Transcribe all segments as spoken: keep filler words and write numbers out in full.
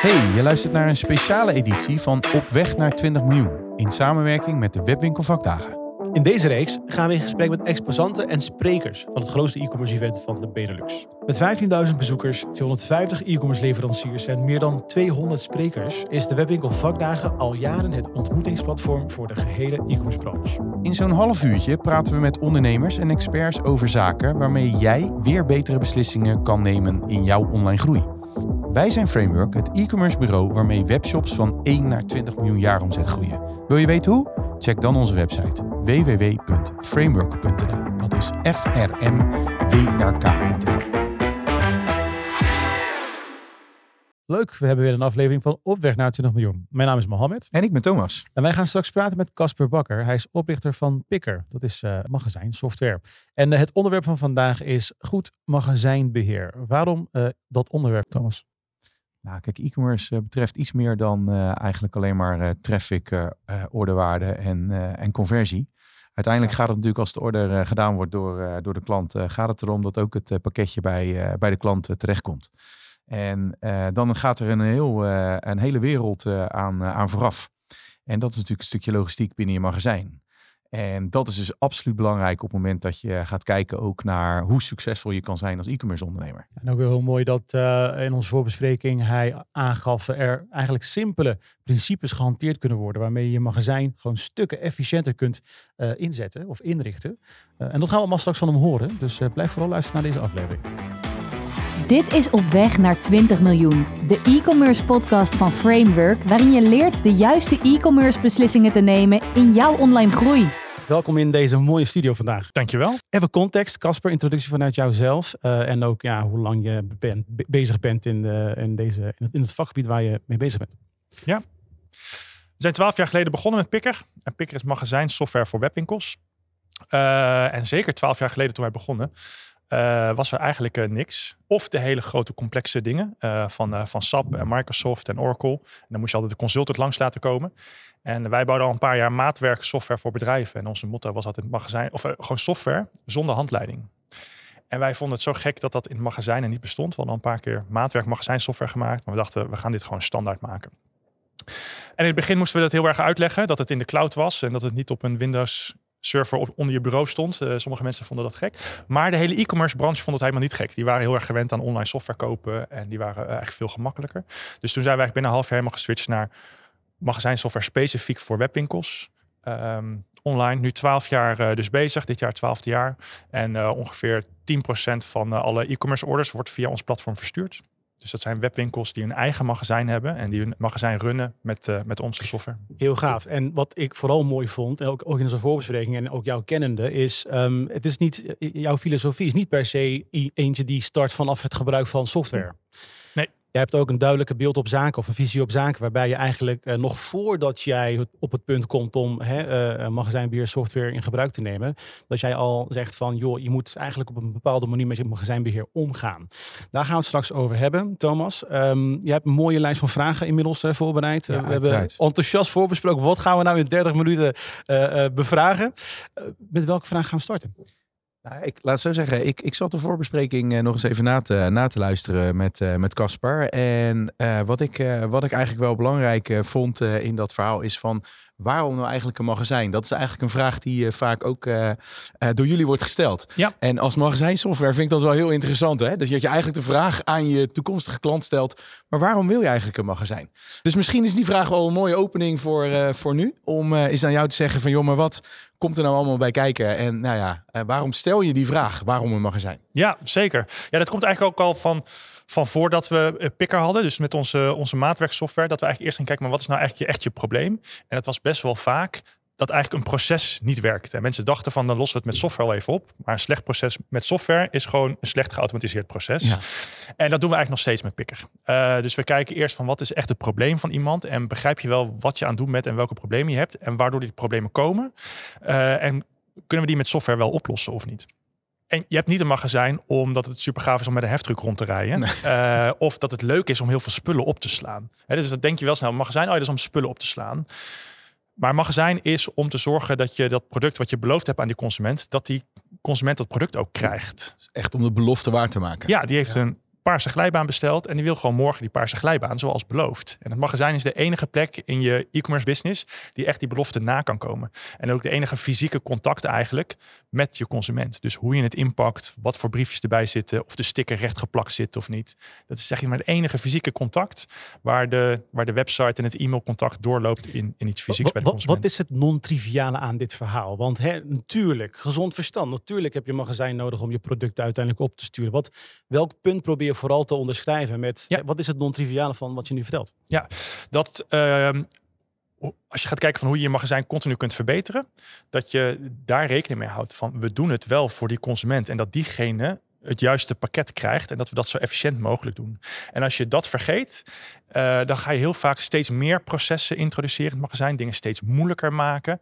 Hey, je luistert naar een speciale editie van Op weg naar twintig miljoen in samenwerking met de Webwinkel Vakdagen. In deze reeks gaan we in gesprek met exposanten en sprekers van het grootste e-commerce event van de Benelux. Met vijftienduizend bezoekers, tweehonderdvijftig e-commerce leveranciers en meer dan tweehonderd sprekers is de Webwinkel Vakdagen al jaren het ontmoetingsplatform voor de gehele e-commerce branche. In zo'n half uurtje praten we met ondernemers en experts over zaken waarmee jij weer betere beslissingen kan nemen in jouw online groei. Wij zijn Framework, het e-commerce bureau waarmee webshops van één naar twintig miljoen jaaromzet groeien. Wil je weten hoe? Check dan onze website w w w punt framework punt n l. Dat is F R M W R K punt n l. Leuk, we hebben weer een aflevering van Op weg naar twintig miljoen. Mijn naam is Mohammed. En ik ben Thomas. En wij gaan straks praten met Casper Bakker. Hij is oprichter van Picker. Dat is uh, magazijn, software. En uh, het onderwerp van vandaag is goed magazijnbeheer. Waarom uh, dat onderwerp, Thomas? Nou, kijk, e-commerce uh, betreft iets meer dan uh, eigenlijk alleen maar uh, traffic, uh, uh, orderwaarde en, uh, en conversie. Uiteindelijk gaat het natuurlijk als de order uh, gedaan wordt door, uh, door de klant, uh, gaat het erom dat ook het uh, pakketje bij, uh, bij de klant uh, terechtkomt. En uh, dan gaat er een, heel, uh, een hele wereld uh, aan, uh, aan vooraf. En dat is natuurlijk een stukje logistiek binnen je magazijn. En dat is dus absoluut belangrijk op het moment dat je gaat kijken ook naar hoe succesvol je kan zijn als e-commerce ondernemer. En ook weer heel mooi dat uh, in onze voorbespreking hij aangaf er eigenlijk simpele principes gehanteerd kunnen worden waarmee je je magazijn gewoon stukken efficiënter kunt uh, inzetten of inrichten. Uh, en dat gaan we allemaal straks van hem horen. Dus uh, blijf vooral luisteren naar deze aflevering. Dit is Op weg naar twintig miljoen, de e-commerce podcast van Framework, waarin je leert de juiste e-commerce beslissingen te nemen in jouw online groei. Welkom in deze mooie studio vandaag. Dankjewel. Even context, Casper, introductie vanuit jouzelf. Uh, en ook ja, hoe lang je ben, be- bezig bent in, de, in, deze, in, het, in het vakgebied waar je mee bezig bent. Ja. We zijn twaalf jaar geleden begonnen met Picker. En Picker is magazijnsoftware voor webwinkels. Uh, en zeker twaalf jaar geleden toen wij begonnen, Uh, was er eigenlijk uh, niks. Of de hele grote complexe dingen uh, van, uh, van S A P en Microsoft en Oracle. En dan moest je altijd de consultant langs laten komen. En wij bouwden al een paar jaar maatwerk software voor bedrijven. En onze motto was altijd magazijn, of uh, gewoon software zonder handleiding. En wij vonden het zo gek dat dat in magazijnen niet bestond. We hadden al een paar keer maatwerk magazijnsoftware gemaakt. Maar we dachten, we gaan dit gewoon standaard maken. En in het begin moesten we dat heel erg uitleggen. Dat het in de cloud was en dat het niet op een Windows server op, onder je bureau stond. Uh, sommige mensen vonden dat gek. Maar de hele e-commerce branche vond het helemaal niet gek. Die waren heel erg gewend aan online software kopen. En die waren uh, eigenlijk veel gemakkelijker. Dus toen zijn wij binnen een half jaar helemaal geswitcht naar magazijnsoftware specifiek voor webwinkels. Um, online, nu twaalf jaar uh, dus bezig. Dit jaar twaalfde jaar. En uh, ongeveer tien procent van uh, alle e-commerce orders wordt via ons platform verstuurd. Dus dat zijn webwinkels die een eigen magazijn hebben en die hun magazijn runnen met, uh, met onze software. Heel gaaf. En wat ik vooral mooi vond, en ook, ook in onze voorbespreking en ook jouw kennende, is um, het is niet, jouw filosofie is niet per se eentje die start vanaf het gebruik van software. Nee. Je hebt ook een duidelijke beeld op zaken of een visie op zaken, waarbij je eigenlijk uh, nog voordat jij op het punt komt om hè, uh, magazijnbeheer software in gebruik te nemen, dat jij al zegt van, joh, je moet eigenlijk op een bepaalde manier met je magazijnbeheer omgaan. Daar gaan we het straks over hebben, Thomas. Um, je hebt een mooie lijst van vragen inmiddels uh, voorbereid. Ja, uh, we hebben enthousiast voorbesproken. Wat gaan we nou in dertig minuten uh, uh, bevragen? Uh, met welke vraag gaan we starten? Nou, ik laat het zo zeggen, ik, ik zat de voorbespreking uh, nog eens even na te, na te luisteren met uh, met Casper. En uh, wat, ik, uh, wat ik eigenlijk wel belangrijk uh, vond uh, in dat verhaal is van, waarom nou eigenlijk een magazijn? Dat is eigenlijk een vraag die uh, vaak ook uh, uh, door jullie wordt gesteld. Ja. En als magazijnsoftware vind ik dat wel heel interessant. Hè? Dus dat je eigenlijk de vraag aan je toekomstige klant stelt, maar waarom wil je eigenlijk een magazijn? Dus misschien is die vraag wel een mooie opening voor, uh, voor nu. Om uh, eens aan jou te zeggen van, joh, maar wat komt er nou allemaal bij kijken? En nou ja, uh, waarom stel je die vraag? Waarom een magazijn? Ja, zeker. Ja, dat komt eigenlijk ook al van, van voordat we Picker hadden. Dus met onze, onze maatwerksoftware. Dat we eigenlijk eerst gingen kijken, maar wat is nou eigenlijk je, echt je probleem? En dat was best wel vaak dat eigenlijk een proces niet werkte. En mensen dachten van, dan lossen we het met software wel even op. Maar een slecht proces met software is gewoon een slecht geautomatiseerd proces. Ja. En dat doen we eigenlijk nog steeds met Picker. Uh, dus we kijken eerst van, wat is echt het probleem van iemand? En begrijp je wel wat je aan het doen bent en welke problemen je hebt? En waardoor die problemen komen? Uh, en kunnen we die met software wel oplossen of niet? En je hebt niet een magazijn omdat het super gaaf is om met een heftruck rond te rijden. Nee. Uh, of dat het leuk is om heel veel spullen op te slaan. He, dus dat denk je wel snel. Een magazijn, oh, dat is om spullen op te slaan. Maar een magazijn is om te zorgen dat je dat product wat je beloofd hebt aan die consument, dat die consument dat product ook krijgt. Echt om de belofte waar te maken. Ja, die heeft ja. een paarse glijbaan besteld en die wil gewoon morgen die paarse glijbaan zoals beloofd. En het magazijn is de enige plek in je e-commerce business die echt die belofte na kan komen. En ook de enige fysieke contact eigenlijk met je consument. Dus hoe je het inpakt, wat voor briefjes erbij zitten, of de sticker recht geplakt zit of niet. Dat is zeg je maar het enige fysieke contact waar de, waar de website en het e-mailcontact doorloopt in, in iets fysieks bij de consument. Wat is het non-triviale aan dit verhaal? Want hè, natuurlijk, gezond verstand. Natuurlijk heb je een magazijn nodig om je producten uiteindelijk op te sturen. Wat, welk punt probeer je vooral te onderschrijven met Ja. hè, wat is het non-triviale van wat je nu vertelt? Ja, dat uh, als je gaat kijken van hoe je je magazijn continu kunt verbeteren, dat je daar rekening mee houdt van we doen het wel voor die consument en dat diegene het juiste pakket krijgt en dat we dat zo efficiënt mogelijk doen. En als je dat vergeet, uh, dan ga je heel vaak steeds meer processen introduceren in het magazijn, dingen steeds moeilijker maken.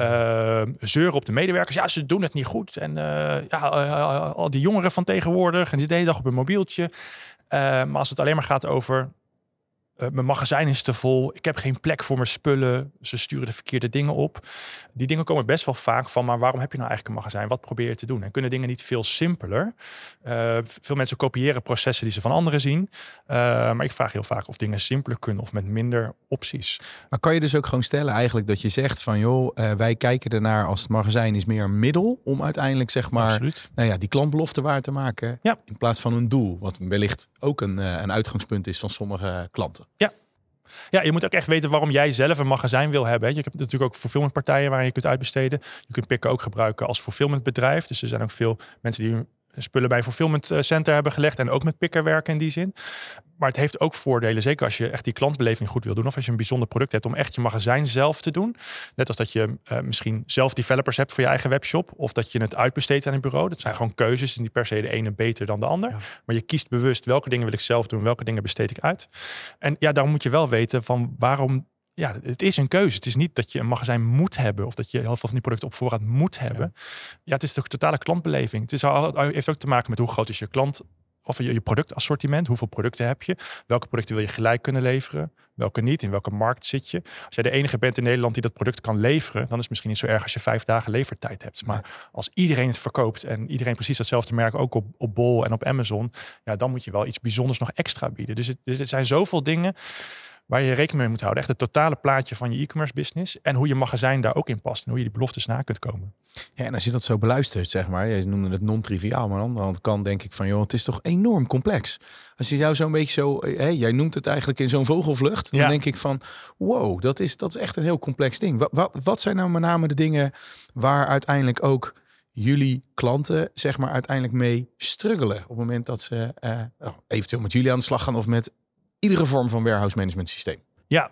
Ja. Uh, zeuren op de medewerkers, ja, ze doen het niet goed. En uh, ja, uh, al die jongeren van tegenwoordig en die de hele dag op een mobieltje. Uh, maar als het alleen maar gaat over Uh, mijn magazijn is te vol. Ik heb geen plek voor mijn spullen. Ze sturen de verkeerde dingen op. Die dingen komen best wel vaak van, maar waarom heb je nou eigenlijk een magazijn? Wat probeer je te doen? En kunnen dingen niet veel simpeler? Uh, veel mensen kopiëren processen die ze van anderen zien. Uh, maar ik vraag heel vaak of dingen simpeler kunnen of met minder opties. Maar kan je dus ook gewoon stellen eigenlijk dat je zegt van joh, uh, wij kijken ernaar als het magazijn is meer een middel om uiteindelijk zeg maar, Absoluut. nou ja, die klantbelofte waar te maken. Ja. In plaats van een doel, wat wellicht ook een, uh, een uitgangspunt is van sommige klanten. Ja. Ja, je moet ook echt weten waarom jij zelf een magazijn wil hebben. Je hebt natuurlijk ook fulfillmentpartijen waar je kunt uitbesteden. Je kunt Picker ook gebruiken als fulfillmentbedrijf. Dus er zijn ook veel mensen die hun spullen bij een fulfillment center hebben gelegd en ook met Picker werken in die zin. Maar het heeft ook voordelen, zeker als je echt die klantbeleving goed wil doen of als je een bijzonder product hebt om echt je magazijn zelf te doen. Net als dat je uh, misschien zelf developers hebt voor je eigen webshop of dat je het uitbesteedt aan een bureau. Dat zijn gewoon keuzes en niet per se de ene beter dan de ander. Ja. Maar je kiest bewust welke dingen wil ik zelf doen, welke dingen besteed ik uit. En ja, daarom moet je wel weten van waarom. Ja, het is een keuze. Het is niet dat je een magazijn moet hebben of dat je heel veel van die producten op voorraad moet hebben. Ja, ja het is de totale klantbeleving. Het is al, heeft ook te maken met hoe groot is je klant of je, je productassortiment. Hoeveel producten heb je? Welke producten wil je gelijk kunnen leveren? Welke niet? In welke markt zit je? Als jij de enige bent in Nederland die dat product kan leveren, dan is het misschien niet zo erg als je vijf dagen levertijd hebt. Maar ja. als iedereen het verkoopt en iedereen precies datzelfde merk ook op, op Bol en op Amazon, ja, dan moet je wel iets bijzonders nog extra bieden. Dus het, dus het zijn zoveel dingen waar je rekening mee moet houden. Echt het totale plaatje van je e-commerce business. En hoe je magazijn daar ook in past. En hoe je die beloftes na kunt komen. Ja, en als je dat zo beluistert, zeg maar. Je noemde het non-triviaal. Maar aan de andere kant denk ik van, joh, het is toch enorm complex. Als je jou zo'n beetje zo, hé, jij noemt het eigenlijk in zo'n vogelvlucht. Dan ja. denk ik van, wow, dat is, dat is echt een heel complex ding. Wat, wat, wat zijn nou met name de dingen waar uiteindelijk ook jullie klanten, zeg maar, uiteindelijk mee struggelen? Op het moment dat ze uh, oh, eventueel met jullie aan de slag gaan of met iedere vorm van warehouse management systeem. Ja,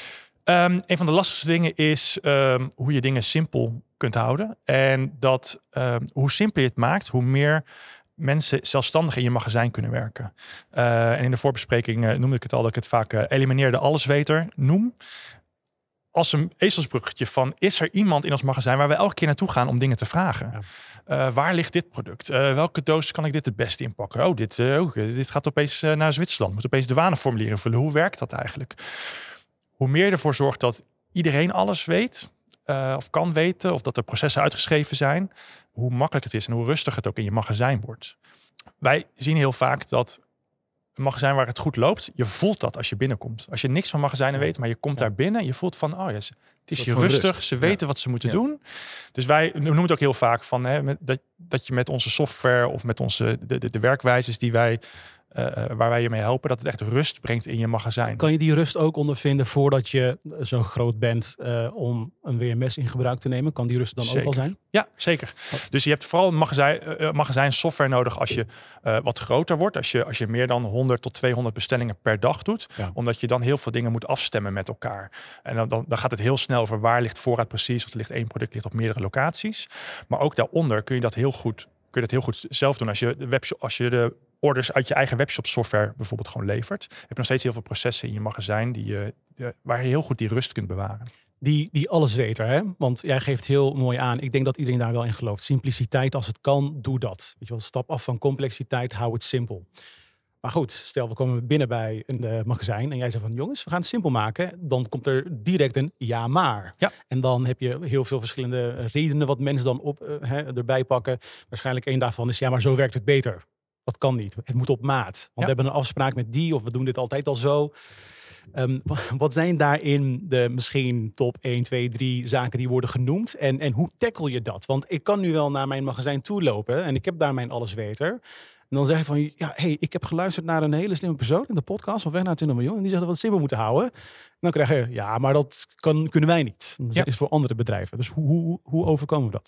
um, een van de lastigste dingen is um, hoe je dingen simpel kunt houden. En dat um, hoe simpeler je het maakt, hoe meer mensen zelfstandig in je magazijn kunnen werken. Uh, en in de voorbespreking uh, noemde ik het al dat ik het vaak uh, elimineerde allesweter noem. Als een ezelsbruggetje van, is er iemand in ons magazijn waar we elke keer naartoe gaan om dingen te vragen? Ja. Uh, waar ligt dit product? Uh, welke doos kan ik dit het beste inpakken? Oh, dit, uh, oh, dit gaat opeens uh, naar Zwitserland. Moet opeens douaneformulieren vullen. Hoe werkt dat eigenlijk? Hoe meer je ervoor zorgt dat iedereen alles weet, uh, of kan weten, of dat er processen uitgeschreven zijn, hoe makkelijk het is en hoe rustig het ook in je magazijn wordt. Wij zien heel vaak dat een magazijn waar het goed loopt, je voelt dat als je binnenkomt. Als je niks van magazijnen weet, maar je komt ja. daar binnen, je voelt van, oh ja, het is hier rustig, rust. Ze weten ja. wat ze moeten ja. doen. Dus wij noemen het ook heel vaak van, hè, met, dat, dat je met onze software of met onze de, de, de werkwijzes die wij Uh, waar wij je mee helpen, dat het echt rust brengt in je magazijn. Kan je die rust ook ondervinden voordat je zo groot bent uh, om een W M S in gebruik te nemen? Kan die rust dan zeker. ook al zijn? Ja, zeker. Wat? Dus je hebt vooral een magazijn, uh, magazijn software nodig als je uh, wat groter wordt. Als je, als je meer dan honderd tot tweehonderd bestellingen per dag doet. Ja. Omdat je dan heel veel dingen moet afstemmen met elkaar. En dan, dan, dan gaat het heel snel over waar ligt voorraad precies. Of er ligt één product ligt op meerdere locaties. Maar ook daaronder kun je dat heel goed, kun je dat heel goed zelf doen. Als je de webshop, als je de orders uit je eigen webshop software bijvoorbeeld gewoon levert, heb je nog steeds heel veel processen in je magazijn die je, waar je heel goed die rust kunt bewaren. Die, die allesweter, hè? Want jij geeft heel mooi aan. Ik denk dat iedereen daar wel in gelooft. Simpliciteit, als het kan, doe dat. Weet je wel, stap af van complexiteit, hou het simpel. Maar goed, stel we komen binnen bij een uh, magazijn en jij zegt van jongens, we gaan het simpel maken. Dan komt er direct een ja maar. Ja. En dan heb je heel veel verschillende redenen wat mensen dan op, uh, hè, erbij pakken. Waarschijnlijk één daarvan is ja, maar zo werkt het beter. Dat kan niet. Het moet op maat. Want Ja. we hebben een afspraak met die of we doen dit altijd al zo. Um, wat zijn daarin de misschien top één, twee, drie zaken die worden genoemd? En, en hoe tackle je dat? Want ik kan nu wel naar mijn magazijn toe lopen en ik heb daar mijn allesweter. En dan zeg ik van, ja, hey, ik heb geluisterd naar een hele slimme persoon in de podcast van Weg naar twintig miljoen. En die zegt dat we het simpel moeten houden. En dan krijg je, ja, maar dat kan, kunnen wij niet. Dat Ja. is voor andere bedrijven. Dus hoe, hoe, hoe overkomen we dat?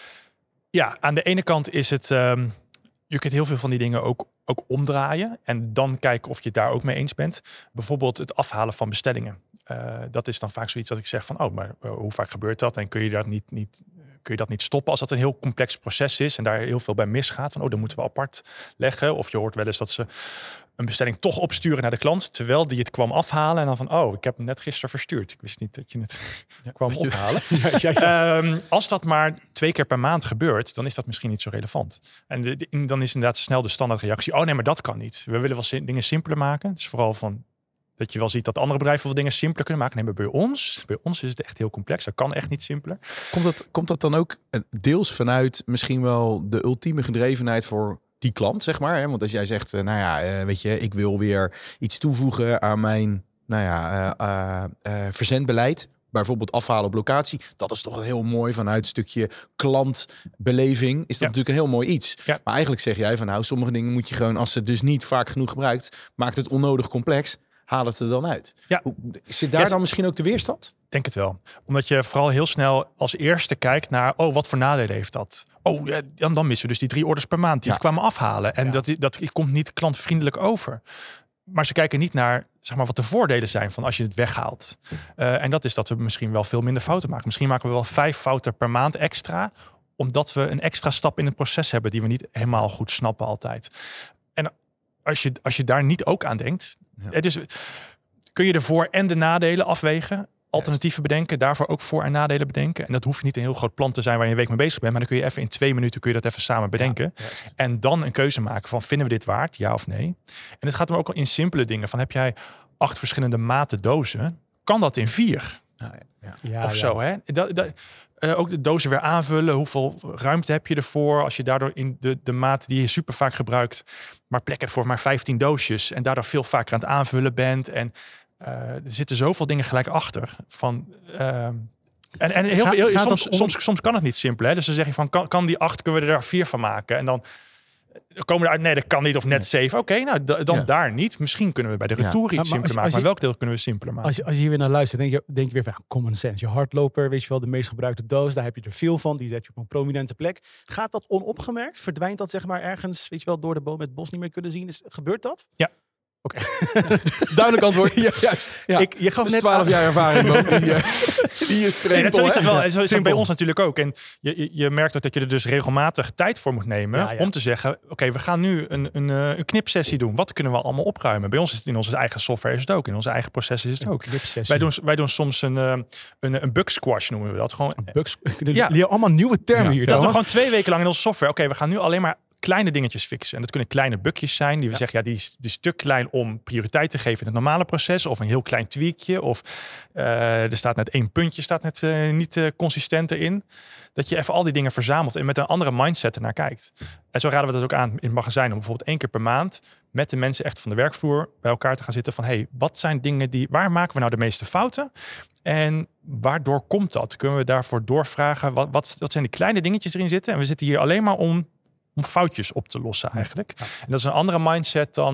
Ja, aan de ene kant is het... Um, je kunt heel veel van die dingen ook, ook omdraaien. En dan kijken of je het daar ook mee eens bent. Bijvoorbeeld het afhalen van bestellingen. Uh, dat is dan vaak zoiets dat ik zeg van... oh, maar uh, hoe vaak gebeurt dat? En kun je dat niet, niet, kun je dat niet stoppen als dat een heel complex proces is... en daar heel veel bij misgaat? Van, oh, dan moeten we apart leggen. Of je hoort wel eens dat ze een bestelling toch opsturen naar de klant... terwijl die het kwam afhalen. En dan van, oh, ik heb hem net gisteren verstuurd. Ik wist niet dat je het ja, kwam je... ophalen. ja, ja, ja. Um, als dat maar twee keer per maand gebeurt... dan is dat misschien niet zo relevant. En de, de, dan is inderdaad snel de standaardreactie... oh nee, maar dat kan niet. We willen wel sim- dingen simpeler maken. Dus vooral van... dat je wel ziet dat andere bedrijven wel dingen simpeler kunnen maken. Nee, maar bij ons, bij ons is het echt heel complex. Dat kan echt niet simpeler. Komt dat, komt dat dan ook deels vanuit misschien wel de ultieme gedrevenheid voor die klant, zeg maar? Hè? Want als jij zegt, uh, nou ja, uh, weet je, ik wil weer iets toevoegen aan mijn, nou ja, uh, uh, uh, verzendbeleid. Bijvoorbeeld afhalen op locatie. Dat is toch een heel mooi vanuit een stukje klantbeleving. Is dat ja. natuurlijk een heel mooi iets. Ja. Maar eigenlijk zeg jij van nou, sommige dingen moet je gewoon, als ze dus niet vaak genoeg gebruikt, maakt het onnodig complex. Haal het er dan uit. Ja. Hoe, zit daar ja, dan misschien ook de weerstand? Denk het wel. Omdat je vooral heel snel als eerste kijkt naar... oh, wat voor nadelen heeft dat? Oh, ja, dan, dan missen we dus die drie orders per maand die ja. het kwamen afhalen. En ja. dat, dat komt niet klantvriendelijk over. Maar ze kijken niet naar zeg maar, wat de voordelen zijn van als je het weghaalt. Uh, en dat is dat we misschien wel veel minder fouten maken. Misschien maken we wel vijf fouten per maand extra... omdat we een extra stap in het proces hebben... die we niet helemaal goed snappen altijd. En als je, als je daar niet ook aan denkt... Ja. Dus kun je de voor- en de nadelen afwegen... alternatieven bedenken, daarvoor ook voor- en nadelen bedenken. En dat hoeft niet een heel groot plan te zijn waar je een week mee bezig bent. Maar dan kun je even in twee minuten kun je dat even samen bedenken. Ja, en dan een keuze maken van vinden we dit waard, ja of nee. En het gaat er ook al in simpele dingen. Van heb jij acht verschillende maten dozen? Kan dat in vier? Ja, ja. Ja, of ja. zo, hè? Dat, dat, uh, ook de dozen weer aanvullen. Hoeveel ruimte heb je ervoor? Als je daardoor in de, de maat die je super vaak gebruikt... maar plek hebt voor maar vijftien doosjes... en daardoor veel vaker aan het aanvullen bent... en Uh, er zitten zoveel dingen gelijk achter. Van, uh, en, en heel Ga, veel, heel, soms, om... soms, soms kan het niet simpel. Hè? Dus dan zeg je van, kan, kan die acht, kunnen we er daar vier van maken? En dan komen we eruit, nee, dat kan niet. Of net nee. zeven. Oké, okay, nou d- dan ja. daar niet. Misschien kunnen we bij de retour ja. iets simpeler maken. Maar welk deel kunnen we simpeler maken? Als je, als je hier weer naar luistert, denk je, denk je weer van common sense. Je hardloper, weet je wel, de meest gebruikte doos. Daar heb je er veel van. Die zet je op een prominente plek. Gaat dat onopgemerkt? Verdwijnt dat zeg maar ergens, weet je wel, door de boom het bos niet meer kunnen zien? Is, gebeurt dat? Ja. Oké, okay. Duidelijk antwoord. Ja, juist. Ja. Ik, je gaf dus net twaalf jaar ervaring. Man. Die, uh, die is nee, zo is dat wel. En zo is het bij ons natuurlijk ook. En je, je, je merkt ook dat je er dus regelmatig tijd voor moet nemen ja, ja. om te zeggen, oké, okay, we gaan nu een, een, een knipsessie doen. Wat kunnen we allemaal opruimen? Bij ons is het in onze eigen software is het ook. In onze eigen processen is het ook. Wij doen, wij doen soms een, een, een bug squash noemen we dat. Gewoon, een bug, ja. Leer allemaal nieuwe termen ja. hier. Dat we gewoon twee weken lang in onze software, oké, okay, we gaan nu alleen maar kleine dingetjes fixen. En dat kunnen kleine bugjes zijn die we ja. zeggen, ja, die is, die is te klein om prioriteit te geven in het normale proces. Of een heel klein tweakje. Of uh, er staat net één puntje, staat net uh, niet uh, consistent erin. Dat je even al die dingen verzamelt en met een andere mindset ernaar kijkt. En zo raden we dat ook aan in het magazijn. Om bijvoorbeeld één keer per maand met de mensen echt van de werkvloer bij elkaar te gaan zitten. Van, hey, wat zijn dingen die, waar maken we nou de meeste fouten? En waardoor komt dat? Kunnen we daarvoor doorvragen? Wat, wat, wat zijn die kleine dingetjes erin zitten? En we zitten hier alleen maar om om foutjes op te lossen eigenlijk. Ja. En dat is een andere mindset dan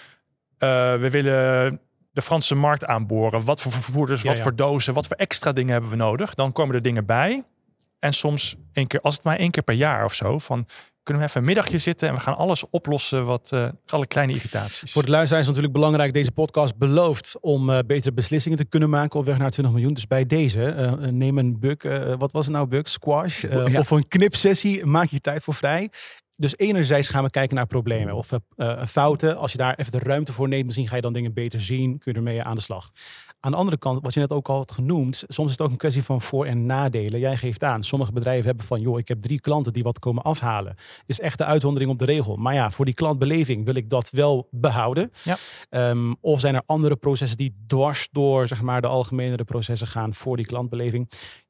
uh, we willen de Franse markt aanboren. Wat voor vervoerders, ja, wat ja. voor dozen, wat voor extra dingen hebben we nodig? Dan komen er dingen bij. En soms één keer, als het maar één keer per jaar of zo, van kunnen we even een middagje zitten en we gaan alles oplossen, wat uh, alle kleine irritaties. Voor de luisteraars is natuurlijk belangrijk. Deze podcast belooft om uh, betere beslissingen te kunnen maken op weg naar twintig miljoen. Dus bij deze, uh, neem een bug, uh, wat was het nou, bug, squash, uh, ja. of een knipsessie, maak je tijd voor vrij. Dus enerzijds gaan we kijken naar problemen of uh, fouten. Als je daar even de ruimte voor neemt, misschien ga je dan dingen beter zien. Kun je ermee aan de slag. Aan de andere kant, wat je net ook al had genoemd, soms is het ook een kwestie van voor- en nadelen. Jij geeft aan, sommige bedrijven hebben van, joh, ik heb drie klanten die wat komen afhalen. Is echt de uitzondering op de regel. Maar ja, voor die klantbeleving wil ik dat wel behouden. Ja. Um, of zijn er andere processen die dwars door, zeg maar, de algemenere processen gaan voor die klantbeleving.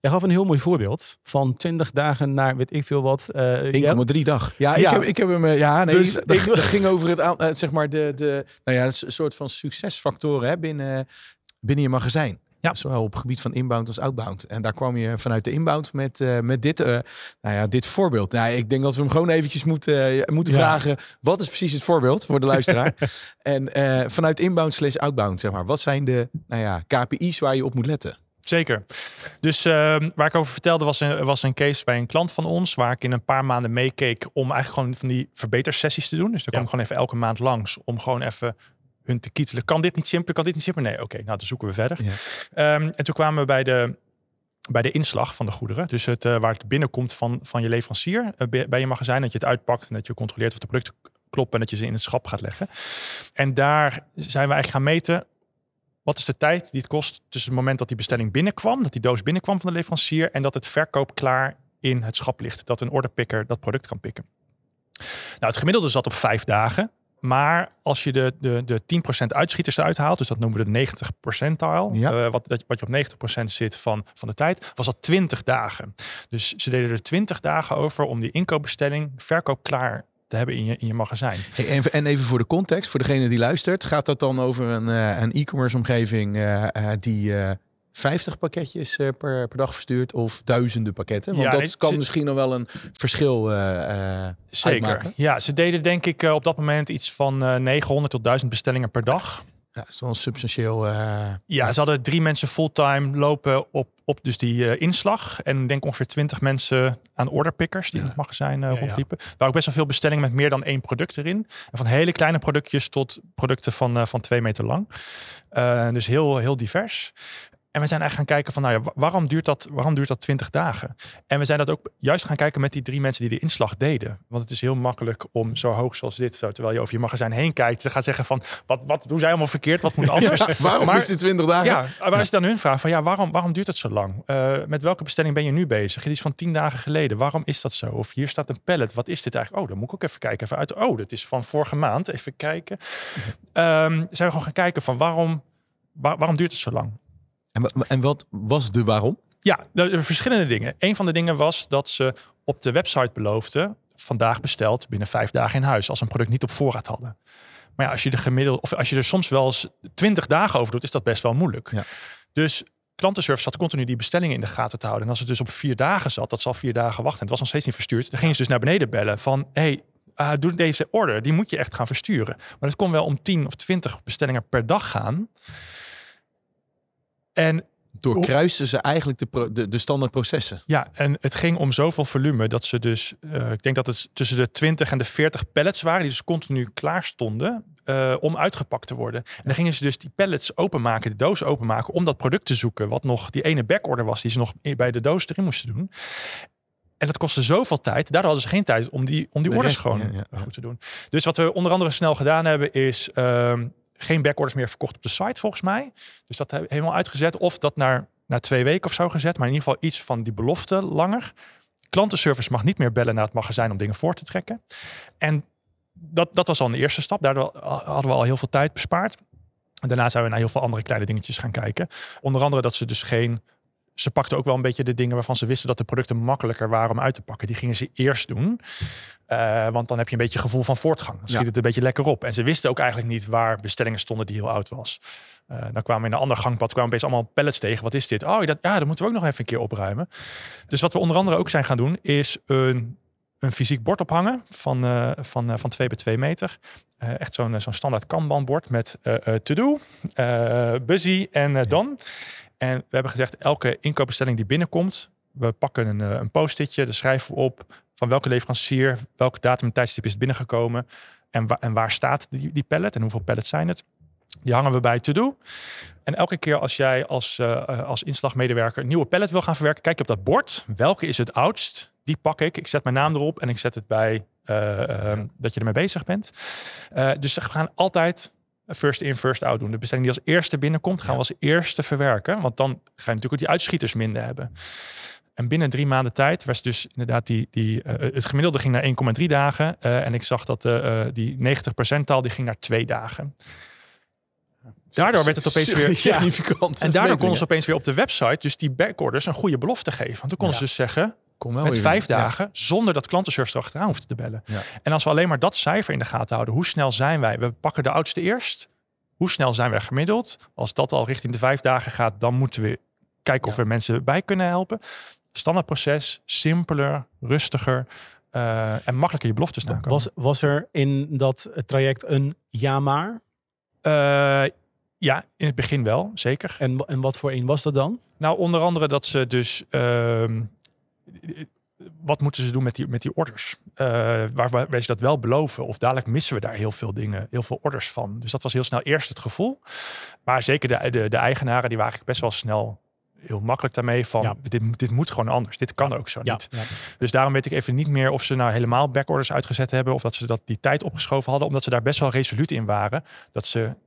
Jij gaf een heel mooi voorbeeld van twintig dagen naar weet ik veel wat. Uh, één komma drie dag. Ja, ja, ik heb, ik heb hem. Ja, nee, dus dat, ik, dat ging over het aan, zeg maar de, de, nou ja, een soort van succesfactoren hè, binnen, binnen je magazijn. Ja. Zowel op het gebied van inbound als outbound. En daar kwam je vanuit de inbound met, uh, met dit, uh, nou ja, dit voorbeeld. Nou, ik denk dat we hem gewoon eventjes moeten, uh, moeten ja. vragen. Wat is precies het voorbeeld voor de luisteraar? en uh, vanuit inbound slash outbound, zeg maar. Wat zijn de nou ja, K P I's waar je op moet letten? Zeker. Dus uh, waar ik over vertelde was een, was een case bij een klant van ons. Waar ik in een paar maanden meekeek om eigenlijk gewoon van die verbetersessies te doen. Dus daar ja. kom ik gewoon even elke maand langs om gewoon even hun te kietelen. Kan dit niet simpeler? Kan dit niet simpeler? Nee, oké, okay, nou dan zoeken we verder. Ja. Um, en toen kwamen we bij de, bij de inslag van de goederen. Dus het, uh, waar het binnenkomt van, van je leverancier uh, bij je magazijn. Dat je het uitpakt en dat je controleert of de producten kloppen en dat je ze in het schap gaat leggen. En daar zijn we eigenlijk gaan meten. Wat is de tijd die het kost tussen het moment dat die bestelling binnenkwam, dat die doos binnenkwam van de leverancier en dat het verkoop klaar in het schap ligt. Dat een orderpicker dat product kan pikken. Nou, het gemiddelde zat op vijf dagen. Maar als je de, de, de tien procent uitschieters eruit haalt, dus dat noemen we de negentig percentile, ja. uh, wat, wat je op negentig procent zit van, van de tijd, was dat twintig dagen. Dus ze deden er twintig dagen over om die inkoopbestelling verkoop klaar te hebben in je, in je magazijn. Hey, en, en even voor de context, voor degene die luistert, gaat dat dan over een, uh, een e-commerce omgeving uh, uh, die uh, vijftig pakketjes uh, per, per dag verstuurt of duizenden pakketten? Want ja, dat nee, kan ze, misschien nog wel een verschil uh, uh, zeker. Uitmaken. Ja, ze deden denk ik uh, op dat moment iets van uh, negenhonderd tot duizend bestellingen per dag. Ja, dat is wel een substantieel. Uh, ja, ze hadden drie mensen fulltime lopen op, op dus die uh, inslag. En denk ongeveer twintig mensen aan orderpickers die ja. in het magazijn uh, ja, rondliepen. Er waren ook best wel veel bestellingen met meer dan één product erin. En van hele kleine productjes tot producten van, uh, van twee meter lang. Uh, dus heel, heel divers. En we zijn eigenlijk gaan kijken van, nou ja, waarom duurt dat, waarom duurt dat twintig dagen? En we zijn dat ook juist gaan kijken met die drie mensen die de inslag deden. Want het is heel makkelijk om zo hoog zoals dit, zo, terwijl je over je magazijn heen kijkt, te gaan zeggen van, wat, wat doen zij allemaal verkeerd? Wat moet anders? Ja, waarom maar, is dit twintig dagen? Ja, waar is dan hun vraag van, ja, waarom, waarom duurt het zo lang? Uh, met welke bestelling ben je nu bezig? Het is van tien dagen geleden. Waarom is dat zo? Of hier staat een pallet. Wat is dit eigenlijk? Oh, dan moet ik ook even kijken. Even uit. Oh, dat is van vorige maand. Even kijken. Um, zijn we gewoon gaan kijken van, waarom, waar, waarom duurt het zo lang? En, en wat was de waarom? Ja, er verschillende dingen. Een van de dingen was dat ze op de website beloofden, vandaag besteld, binnen vijf dagen in huis, als een product niet op voorraad hadden. Maar ja, als je er gemiddeld, of als je er soms wel eens twintig dagen over doet, is dat best wel moeilijk. Ja. Dus klantenservice zat continu die bestellingen in de gaten te houden. En als het dus op vier dagen zat, dat zal vier dagen wachten. En het was nog steeds niet verstuurd. Dan gingen ze dus naar beneden bellen van, hey, uh, doe deze order, die moet je echt gaan versturen. Maar het kon wel om tien of twintig bestellingen per dag gaan. En doorkruisten ze eigenlijk de, pro, de, de standaard processen. Ja, en het ging om zoveel volume dat ze dus, uh, ik denk dat het tussen de twintig en de veertig pallets waren, die dus continu klaar stonden uh, om uitgepakt te worden. En dan gingen ze dus die pallets openmaken, de doos openmaken, om dat product te zoeken, wat nog die ene backorder was, die ze nog bij de doos erin moesten doen. En dat kostte zoveel tijd. Daardoor hadden ze geen tijd om die, om die orders rest, gewoon ja, ja. goed te doen. Dus wat we onder andere snel gedaan hebben is Uh, geen backorders meer verkocht op de site volgens mij. Dus dat hebben we helemaal uitgezet. Of dat naar, naar twee weken of zo gezet. Maar in ieder geval iets van die belofte langer. Klantenservice mag niet meer bellen naar het magazijn om dingen voor te trekken. En dat, dat was al een eerste stap. Daardoor hadden we al heel veel tijd bespaard. En daarna zijn we naar heel veel andere kleine dingetjes gaan kijken. Onder andere dat ze dus geen... Ze pakten ook wel een beetje de dingen waarvan ze wisten dat de producten makkelijker waren om uit te pakken. Die gingen ze eerst doen. Uh, want dan heb je een beetje gevoel van voortgang. Dan schiet ja. het een beetje lekker op. En ze wisten ook eigenlijk niet waar bestellingen stonden die heel oud was. Uh, dan kwamen we in een ander gangpad, kwamen opeens allemaal pallets tegen. Wat is dit? Oh, dat, ja, dat moeten we ook nog even een keer opruimen. Dus wat we onder andere ook zijn gaan doen, is een, een fysiek bord ophangen van, uh, van, uh, van twee bij twee meter. Uh, echt zo'n, zo'n standaard kanbanbord met uh, uh, to-do, uh, busy en uh, done. En we hebben gezegd, elke inkoopbestelling die binnenkomt, we pakken een, een post-itje, daar schrijven we op van welke leverancier, welke datum en tijdstip is het binnengekomen en, wa- en waar staat die, die pallet en hoeveel pallets zijn het. Die hangen we bij to-do. En elke keer als jij als, uh, als inslagmedewerker een nieuwe pallet wil gaan verwerken, kijk je op dat bord, welke is het oudst? Die pak ik, ik zet mijn naam erop en ik zet het bij uh, uh, dat je ermee bezig bent. Uh, dus we gaan altijd first in, first out doen. De bestelling die als eerste binnenkomt, gaan ja. we als eerste verwerken. Want dan ga je natuurlijk ook die uitschieters minder hebben. En binnen drie maanden tijd was dus inderdaad die, die uh, het gemiddelde ging naar één komma drie dagen. Uh, en ik zag dat uh, die negentig percentaal die ging naar twee dagen. daardoor werd het opeens weer significant. En daardoor konden ze opeens weer op de website, dus die backorders, een goede belofte geven. Want toen konden ja. ze dus zeggen, Kom wel met vijf weer. dagen, ja. zonder dat klantenservice erachteraan hoeft te bellen. Ja. En als we alleen maar dat cijfer in de gaten houden, hoe snel zijn wij? We pakken de oudste eerst. Hoe snel zijn wij gemiddeld? Als dat al richting de vijf dagen gaat, dan moeten we kijken of ja. we mensen bij kunnen helpen. Standaardproces, simpeler, rustiger uh, en makkelijker je beloftes nakomen. Was, was er in dat traject een ja maar? Uh, ja, in het begin wel, zeker. En, en wat voor een was dat dan? Nou, onder andere dat ze dus... Uh, wat moeten ze doen met die, met die orders? Uh, waar wij ze dat wel beloven. Of dadelijk missen we daar heel veel dingen, heel veel orders van. Dus dat was heel snel eerst het gevoel. Maar zeker de, de, de eigenaren, die waren eigenlijk best wel snel heel makkelijk daarmee van, ja. dit, dit moet gewoon anders. Dit kan ook zo ja. niet. Ja. Dus daarom weet ik even niet meer of ze nou helemaal backorders uitgezet hebben of dat ze dat die tijd opgeschoven hadden, omdat ze daar best wel resoluut in waren. Dat ze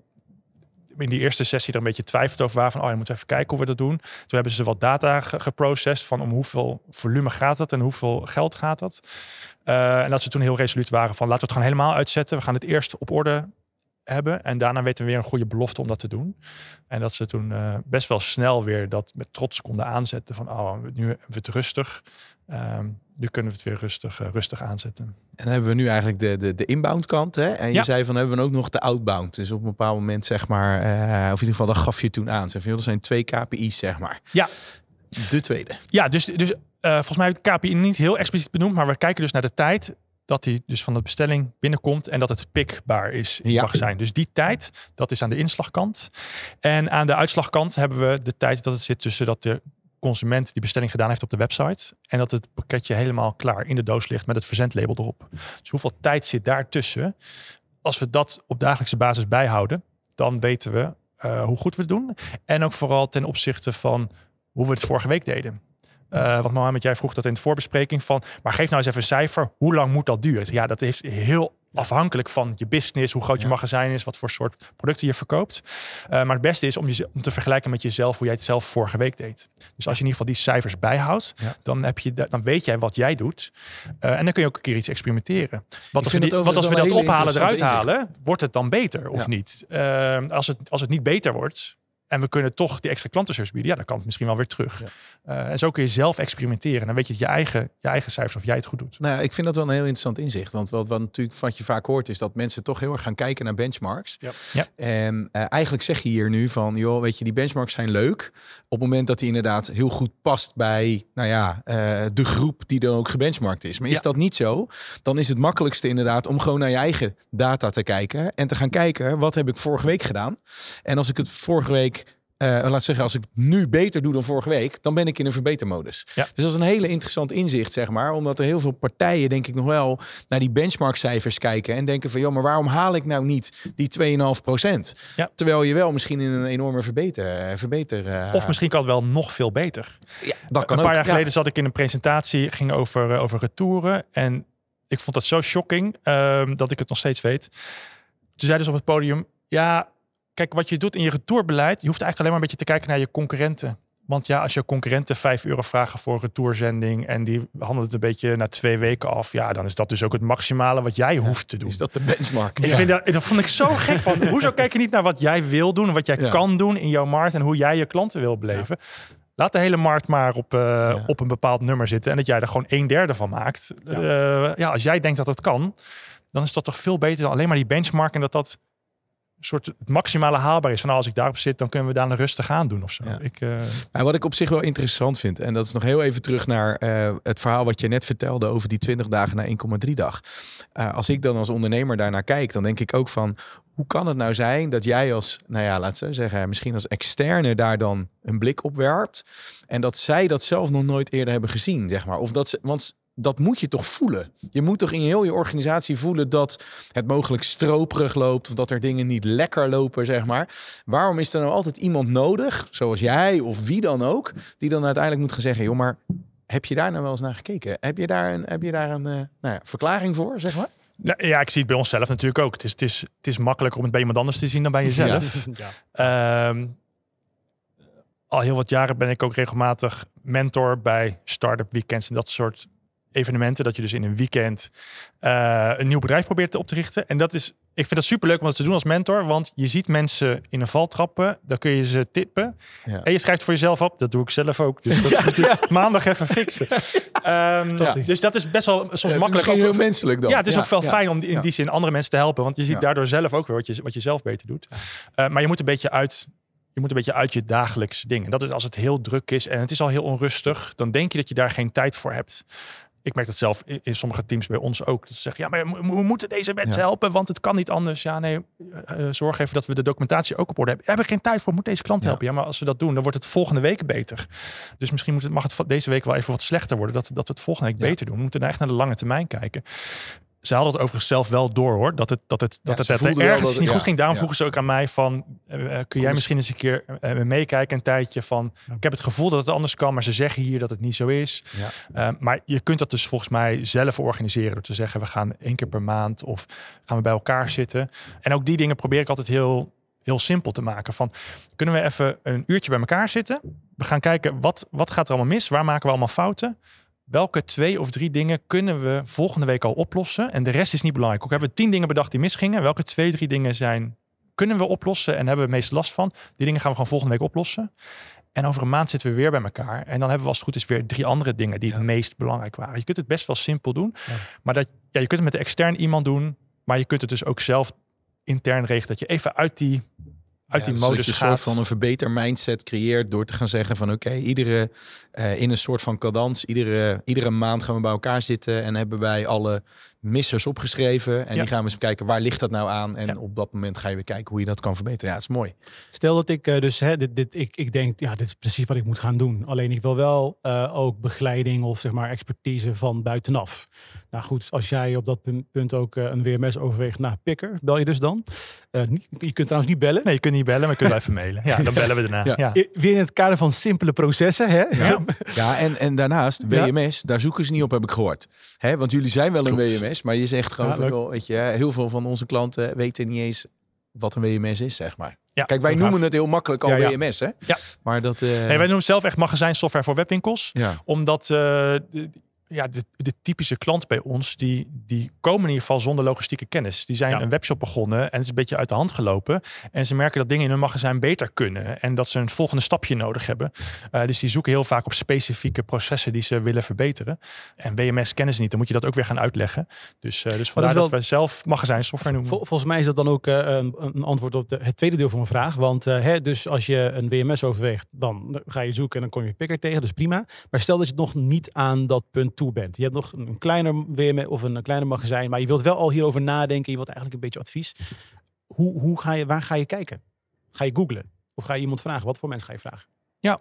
in die eerste sessie er een beetje twijfeld over waren van, oh, je moet even kijken hoe we dat doen. Toen hebben ze wat data ge- geprocessed van om hoeveel volume gaat het en hoeveel geld gaat dat. Uh, en dat ze toen heel resoluut waren van, laten we het gewoon helemaal uitzetten. We gaan het eerst op orde hebben en daarna weten we weer een goede belofte om dat te doen. En dat ze toen uh, best wel snel weer dat met trots konden aanzetten van, oh, nu hebben we het rustig. Um, nu kunnen we het weer rustig, uh, rustig aanzetten. En dan hebben we nu eigenlijk de, de, de inbound kant. Hè? En je ja. zei van, hebben we ook nog de outbound. Dus op een bepaald moment, zeg maar, uh, of in ieder geval, dat gaf je toen aan. Zeg van, dat zijn twee K P I's, zeg maar. Ja. De tweede. Ja, dus, dus uh, volgens mij heb ik K P I niet heel expliciet benoemd, maar we kijken dus naar de tijd dat die dus van de bestelling binnenkomt en dat het pikbaar is in ja. het magazijn. Dus die tijd, dat is aan de inslagkant. En aan de uitslagkant hebben we de tijd dat het zit tussen dat de consument die bestelling gedaan heeft op de website en dat het pakketje helemaal klaar in de doos ligt met het verzendlabel erop. Dus hoeveel tijd zit daartussen? Als we dat op dagelijkse basis bijhouden, dan weten we uh, hoe goed we het doen. En ook vooral ten opzichte van hoe we het vorige week deden. Uh, want Mohammed, jij vroeg dat in de voorbespreking van, maar geef nou eens even een cijfer. Hoe lang moet dat duren? Ja, dat is heel afhankelijk van je business, hoe groot je ja. magazijn is, wat voor soort producten je verkoopt. Uh, maar het beste is om, je, om te vergelijken met jezelf, hoe jij het zelf vorige week deed. Dus als je in ieder geval die cijfers bijhoudt, ja. dan, heb je, dan weet jij wat jij doet. Uh, en dan kun je ook een keer iets experimenteren. Wat als we, die, wat als we dat ophalen, eruit halen, wordt het dan beter of ja. niet? Uh, als, het, als het niet beter wordt en we kunnen toch die extra klantenservice bieden, ja, dan kan het misschien wel weer terug. Ja. Uh, en zo kun je zelf experimenteren. Dan weet je je eigen, je eigen cijfers of jij het goed doet. Nou ja, ik vind dat wel een heel interessant inzicht. Want wat, wat natuurlijk wat je vaak hoort is dat mensen toch heel erg gaan kijken naar benchmarks. Ja. Ja. En uh, eigenlijk zeg je hier nu van, joh, weet je, die benchmarks zijn leuk op het moment dat die inderdaad heel goed past bij, nou ja, uh, de groep die dan ook gebenchmarkt is. Maar is ja. dat niet zo, dan is het makkelijkste inderdaad om gewoon naar je eigen data te kijken en te gaan kijken, wat heb ik vorige week gedaan? En als ik het vorige week Uh, laat zeggen, als ik het nu beter doe dan vorige week, dan ben ik in een verbetermodus. Ja. Dus dat is een hele interessant inzicht, zeg maar. Omdat er heel veel partijen, denk ik nog wel, naar die benchmarkcijfers kijken en denken van, joh, maar waarom haal ik nou niet die twee komma vijf procent? Ja. Terwijl je wel misschien in een enorme verbeter... verbeter uh, of misschien kan het wel nog veel beter. Ja, dat kan een paar ook. jaar geleden ja. zat ik in een presentatie, ging over, uh, over retouren. En ik vond dat zo shocking, uh, dat ik het nog steeds weet. Toen zei dus op het podium, ja, kijk, wat je doet in je retourbeleid, je hoeft eigenlijk alleen maar een beetje te kijken naar je concurrenten. Want ja, als je concurrenten vijf euro vragen voor een retourzending en die handelen het een beetje na twee weken af, ja, dan is dat dus ook het maximale wat jij ja, hoeft te doen. Is dat de benchmark? Ik ja. vind dat, dat vond ik zo gek. Van, hoezo kijk je niet naar wat jij wil doen, wat jij ja. kan doen in jouw markt en hoe jij je klanten wil beleven? Ja. Laat de hele markt maar op, uh, ja. op een bepaald nummer zitten en dat jij er gewoon een derde van maakt. Ja. Uh, ja, als jij denkt dat dat kan, dan is dat toch veel beter dan alleen maar die benchmark en dat dat soort het maximale haalbaar is. Van nou, als ik daarop zit, dan kunnen we daar rustig aan doen of zo. Ja. Ik, uh... nou, wat ik op zich wel interessant vind, en dat is nog heel even terug naar uh, het verhaal wat je net vertelde over die twintig dagen naar één komma drie dag. Uh, als ik dan als ondernemer daarnaar kijk, dan denk ik ook van, hoe kan het nou zijn dat jij als, nou ja, laat ze zeggen, misschien als externe daar dan een blik op werpt en dat zij dat zelf nog nooit eerder hebben gezien, zeg maar. Of dat ze, want dat moet je toch voelen. Je moet toch in heel je organisatie voelen dat het mogelijk stroperig loopt of dat er dingen niet lekker lopen, zeg maar. Waarom is er nou altijd iemand nodig, zoals jij of wie dan ook, die dan uiteindelijk moet gaan zeggen, joh, maar heb je daar nou wel eens naar gekeken? Heb je daar een, heb je daar een uh, nou ja, verklaring voor, zeg maar? Nou, ja, ik zie het bij onszelf natuurlijk ook. Het is, het is, het is makkelijker om het bij iemand anders te zien dan bij jezelf. Ja. Ja. Um, al heel wat jaren ben ik ook regelmatig mentor bij start-up weekends en dat soort evenementen. Dat je dus in een weekend uh, een nieuw bedrijf probeert op te richten. En dat is Ik vind dat superleuk om dat te doen als mentor. Want je ziet mensen in een val trappen. Dan kun je ze tippen. Ja. En je schrijft voor jezelf op. Dat doe ik zelf ook. Dus dat ja, moet ik ja. maandag even fixen. um, ja. Dus dat is best wel soms ja, makkelijk. Misschien heel menselijk dan. Ja, het is ja. ook wel ja. fijn om in ja. die zin andere mensen te helpen. Want je ziet ja. daardoor zelf ook weer wat je, wat je zelf beter doet. Uh, maar je moet een beetje uit... Je moet een beetje uit je dagelijks ding. En dat is als het heel druk is en het is al heel onrustig. Dan denk je dat je daar geen tijd voor hebt. Ik merk dat zelf in, in sommige teams bij ons ook. Dat ze zeggen, ja, maar we, we moeten deze mensen ja. helpen, want het kan niet anders. Ja, nee, uh, zorg even dat we de documentatie ook op orde hebben. Daar hebben we geen tijd voor, moet deze klant helpen. Ja. ja, maar als we dat doen, dan wordt het volgende week beter. Dus misschien moet het, mag het deze week wel even wat slechter worden. Dat, dat we het volgende week ja. beter doen. We moeten echt naar de lange termijn kijken. Ze hadden het overigens zelf wel door, hoor. Dat het, dat het, dat ja, het, het ergens dat, niet ja, goed ging. Daarom ja. vroegen ze ook aan mij van... Uh, kun jij misschien eens een keer uh, meekijken een tijdje van... Ja. Ik heb het gevoel dat het anders kan, maar ze zeggen hier dat het niet zo is. Ja. Uh, maar je kunt dat dus volgens mij zelf organiseren. Door te zeggen, we gaan één keer per maand of gaan we bij elkaar zitten. En ook die dingen probeer ik altijd heel, heel simpel te maken. Van, kunnen we even een uurtje bij elkaar zitten? We gaan kijken, wat, wat gaat er allemaal mis? Waar maken we allemaal fouten? Welke twee of drie dingen kunnen we volgende week al oplossen? En de rest is niet belangrijk. Ook hebben we tien dingen bedacht die misgingen. Welke twee, drie dingen zijn, kunnen we oplossen en hebben we het meest last van? Die dingen gaan we gewoon volgende week oplossen. En over een maand zitten we weer bij elkaar. En dan hebben we als het goed is weer drie andere dingen die ja. het meest belangrijk waren. Je kunt het best wel simpel doen. Ja. Maar dat, ja, je kunt het met de extern iemand doen. Maar je kunt het dus ook zelf intern regelen. Dat je even uit die... uit ja, die dus modus dat je gaat. een soort van een verbeter mindset creëert door te gaan zeggen van oké, okay, iedere uh, in een soort van cadans, iedere, iedere maand gaan we bij elkaar zitten en hebben wij alle missers opgeschreven en ja. die gaan we eens kijken waar ligt dat nou aan en ja. op dat moment ga je weer kijken hoe je dat kan verbeteren. Ja, dat is mooi. Stel dat ik uh, dus hè, dit, dit, ik, ik denk ja, dit is precies wat ik moet gaan doen. Alleen ik wil wel uh, ook begeleiding of zeg maar expertise van buitenaf. Nou goed, als jij op dat punt ook uh, een W M S overweegt, nou pikker, bel je dus dan. Uh, je kunt trouwens niet bellen. Nee, je kunt niet bellen, maar je kunt wel even mailen. Ja, dan bellen we daarna. Ja. Ja. Weer in het kader van simpele processen. Hè? Ja, ja en, en daarnaast, W M S, ja. daar zoeken ze niet op, heb ik gehoord. Hè, want jullie zijn wel een Klopt. W M S, maar je zegt gewoon, ja, van, joh, weet je, heel veel van onze klanten weten niet eens wat een W M S is, zeg maar. Ja, Kijk, wij noemen gaaf. het heel makkelijk al ja, ja. W M S, hè? Ja. Maar dat... Uh... Nee, wij noemen zelf echt magazijnsoftware voor webwinkels. Ja. Omdat... Uh, Ja, de, de typische klant bij ons, die, die komen in ieder geval zonder logistieke kennis. Die zijn ja. een webshop begonnen en het is een beetje uit de hand gelopen. En ze merken dat dingen in hun magazijn beter kunnen. En dat ze een volgende stapje nodig hebben. Uh, dus die zoeken heel vaak op specifieke processen die ze willen verbeteren. En W M S kennen ze niet, dan moet je dat ook weer gaan uitleggen. Dus, uh, dus vandaar dat, wel... dat we zelf magazijnsoftware noemen. Vol, volgens mij is dat dan ook uh, een, een antwoord op de, het tweede deel van mijn vraag. Want uh, hè, dus als je een W M S overweegt, dan ga je zoeken en dan kom je pikker tegen. Dus prima. Maar stel dat je nog niet aan dat punt toe bent. Je hebt nog een kleiner W M S of een kleiner magazijn, maar je wilt wel al hierover nadenken. Je wilt eigenlijk een beetje advies. Hoe, hoe ga je, waar ga je kijken? Ga je googlen? Of ga je iemand vragen? Wat voor mensen ga je vragen? Ja,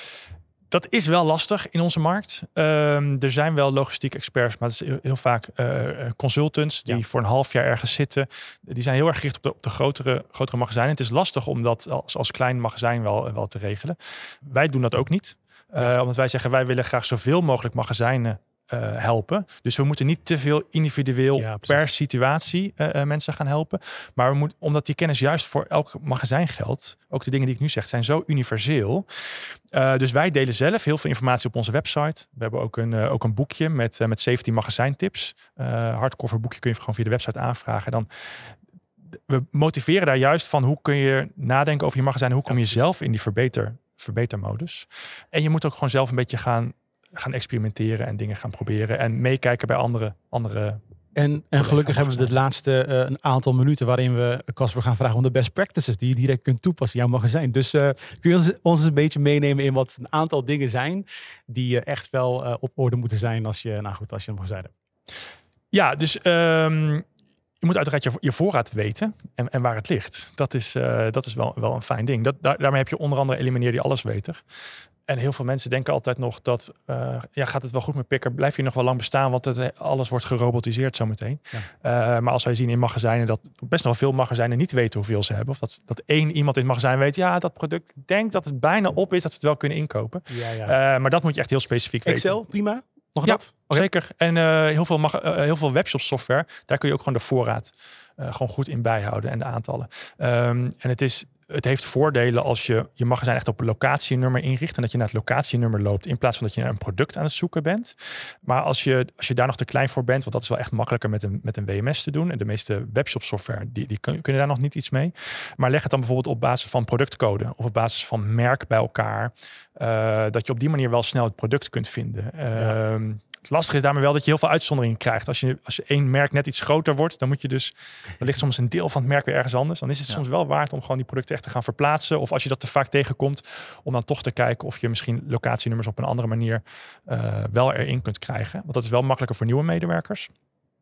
dat is wel lastig in onze markt. Um, er zijn wel logistiek experts, maar het is heel, heel vaak uh, consultants die ja. voor een half jaar ergens zitten. Die zijn heel erg gericht op de, op de grotere, grotere magazijnen. Het is lastig om dat als, als klein magazijn wel, wel te regelen. Wij doen dat ook niet. Uh, omdat wij zeggen, wij willen graag zoveel mogelijk magazijnen Uh, helpen. Dus we moeten niet te veel individueel ja, per situatie uh, uh, mensen gaan helpen. Maar we moeten, omdat die kennis juist voor elk magazijn geldt, ook de dingen die ik nu zeg, zijn zo universeel. Uh, dus wij delen zelf heel veel informatie op onze website. We hebben ook een, uh, ook een boekje met, uh, met zeventien magazijntips. Uh, hardcover boekje kun je gewoon via de website aanvragen. Dan we motiveren daar juist van hoe kun je nadenken over je magazijn. Hoe kom je zelf in die verbeter, verbetermodus. En je moet ook gewoon zelf een beetje gaan gaan experimenteren en dingen gaan proberen en meekijken bij andere andere. En, en gelukkig hebben we de laatste uh, een aantal minuten waarin we Casper gaan vragen om de best practices die je direct kunt toepassen in jouw magazijn. Dus uh, kun je ons, ons een beetje meenemen in wat een aantal dingen zijn die uh, echt wel uh, op orde moeten zijn als je, nou goed, als je een magazijn hebt. Ja, dus um, je moet uiteraard je, je voorraad weten en, en waar het ligt. Dat is, uh, dat is wel, wel een fijn ding. Dat, daar, daarmee heb je onder andere elimineer die allesweter. En heel veel mensen denken altijd nog dat, uh, ja, gaat het wel goed met pikker? Blijf je nog wel lang bestaan? Want het, alles wordt gerobotiseerd zometeen. Ja. Uh, maar als wij zien in magazijnen dat best wel veel magazijnen niet weten hoeveel ze hebben. Of dat, dat één iemand in het magazijn weet, ja, dat product, ik denk dat het bijna op is, dat ze het wel kunnen inkopen. Ja, ja. Uh, maar dat moet je echt heel specifiek weten. Excel, prima. Mag ja, dat? Okay. Zeker. En uh, heel, veel mag, uh, heel veel webshop software, daar kun je ook gewoon de voorraad uh, gewoon goed in bijhouden en de aantallen. Um, en het is het heeft voordelen als je je magazijn echt op een locatienummer inricht en dat je naar het locatienummer loopt in plaats van dat je naar een product aan het zoeken bent. Maar als je, als je daar nog te klein voor bent, want dat is wel echt makkelijker met een, met een W M S te doen. En de meeste webshop software, die, die kun, kunnen daar nog niet iets mee. Maar leg het dan bijvoorbeeld op basis van productcode of op basis van merk bij elkaar. Uh, dat je op die manier wel snel het product kunt vinden. Uh, ja. Het lastige is daarmee wel dat je heel veel uitzonderingen krijgt. Als je, als je één merk net iets groter wordt, dan moet je dus... Dan ligt soms een deel van het merk weer ergens anders. Dan is het ja. soms wel waard om gewoon die producten echt te gaan verplaatsen. Of als je dat te vaak tegenkomt, om dan toch te kijken of je misschien locatienummers op een andere manier uh, wel erin kunt krijgen. Want dat is wel makkelijker voor nieuwe medewerkers.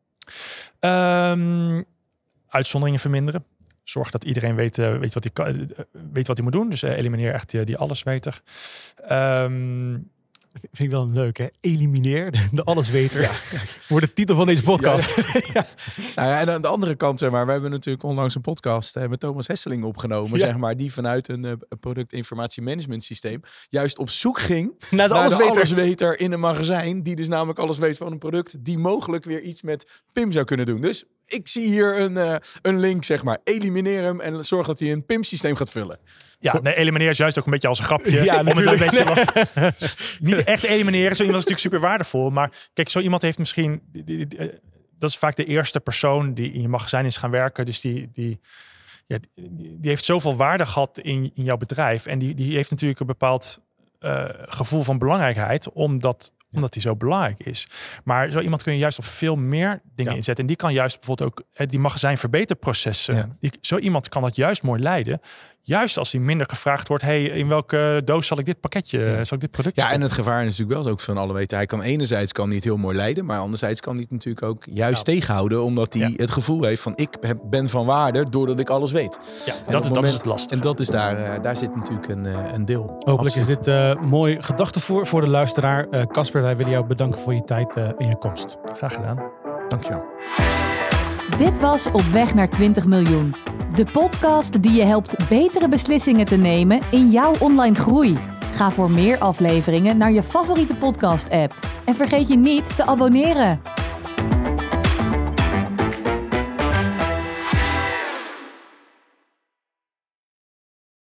Um, uitzonderingen verminderen. Zorg dat iedereen weet, uh, weet, wat, hij, uh, weet wat hij moet doen. Dus uh, elimineer echt die, die allesweter. Um, Vind ik wel leuk, hè? Elimineer de allesweter. Ja. Wordt de titel van deze podcast. Ja, ja. Nou ja, en aan de andere kant, zeg maar, we hebben natuurlijk onlangs een podcast uh, met Thomas Hesseling opgenomen, ja. zeg maar, die vanuit een uh, productinformatiemanagement systeem juist op zoek ging naar de, naar allesweter. de allesweter in een magazijn, die dus namelijk alles weet van een product, die mogelijk weer iets met P I M zou kunnen doen. Dus ik zie hier een, uh, een link, zeg maar. Elimineer hem en zorg dat hij een P I M-systeem gaat vullen. Ja, Voor... nee, elimineer is juist ook een beetje als een grapje. Ja, natuurlijk. Een beetje wat... Niet echt elimineren. Zo iemand is natuurlijk super waardevol. Maar kijk, zo iemand heeft misschien... Die, die, die, dat is vaak de eerste persoon die in je magazijn is gaan werken. Dus die, die, ja, die heeft zoveel waarde gehad in, in jouw bedrijf. En die, die heeft natuurlijk een bepaald uh, gevoel van belangrijkheid. Omdat... Omdat die zo belangrijk is. Maar zo iemand kun je juist op veel meer dingen ja. inzetten. En die kan juist bijvoorbeeld ook hè, die magazijnverbeterprocessen. Ja. Die, zo iemand kan dat juist mooi leiden. Juist als hij minder gevraagd wordt. Hey, in welke doos zal ik dit pakketje, ja. zal ik dit product Ja, stoppen? en het gevaar is natuurlijk wel ook van alle weten. Hij kan enerzijds kan niet heel mooi leiden. Maar anderzijds kan hij het natuurlijk ook juist ja. tegenhouden. Omdat hij ja. het gevoel heeft van ik heb, ben van waarde doordat ik alles weet. Ja, dat is, moment, dat is het lastige. En dat is daar, uh, daar zit natuurlijk een, uh, een deel. Hopelijk Absoluut. is dit uh, mooi gedachtevoer voor de luisteraar. Casper, uh, wij willen jou bedanken voor je tijd uh, en je komst. Graag gedaan. Dank je wel. Dit was Op weg naar twintig miljoen. De podcast die je helpt betere beslissingen te nemen in jouw online groei. Ga voor meer afleveringen naar je favoriete podcast-app. En vergeet je niet te abonneren.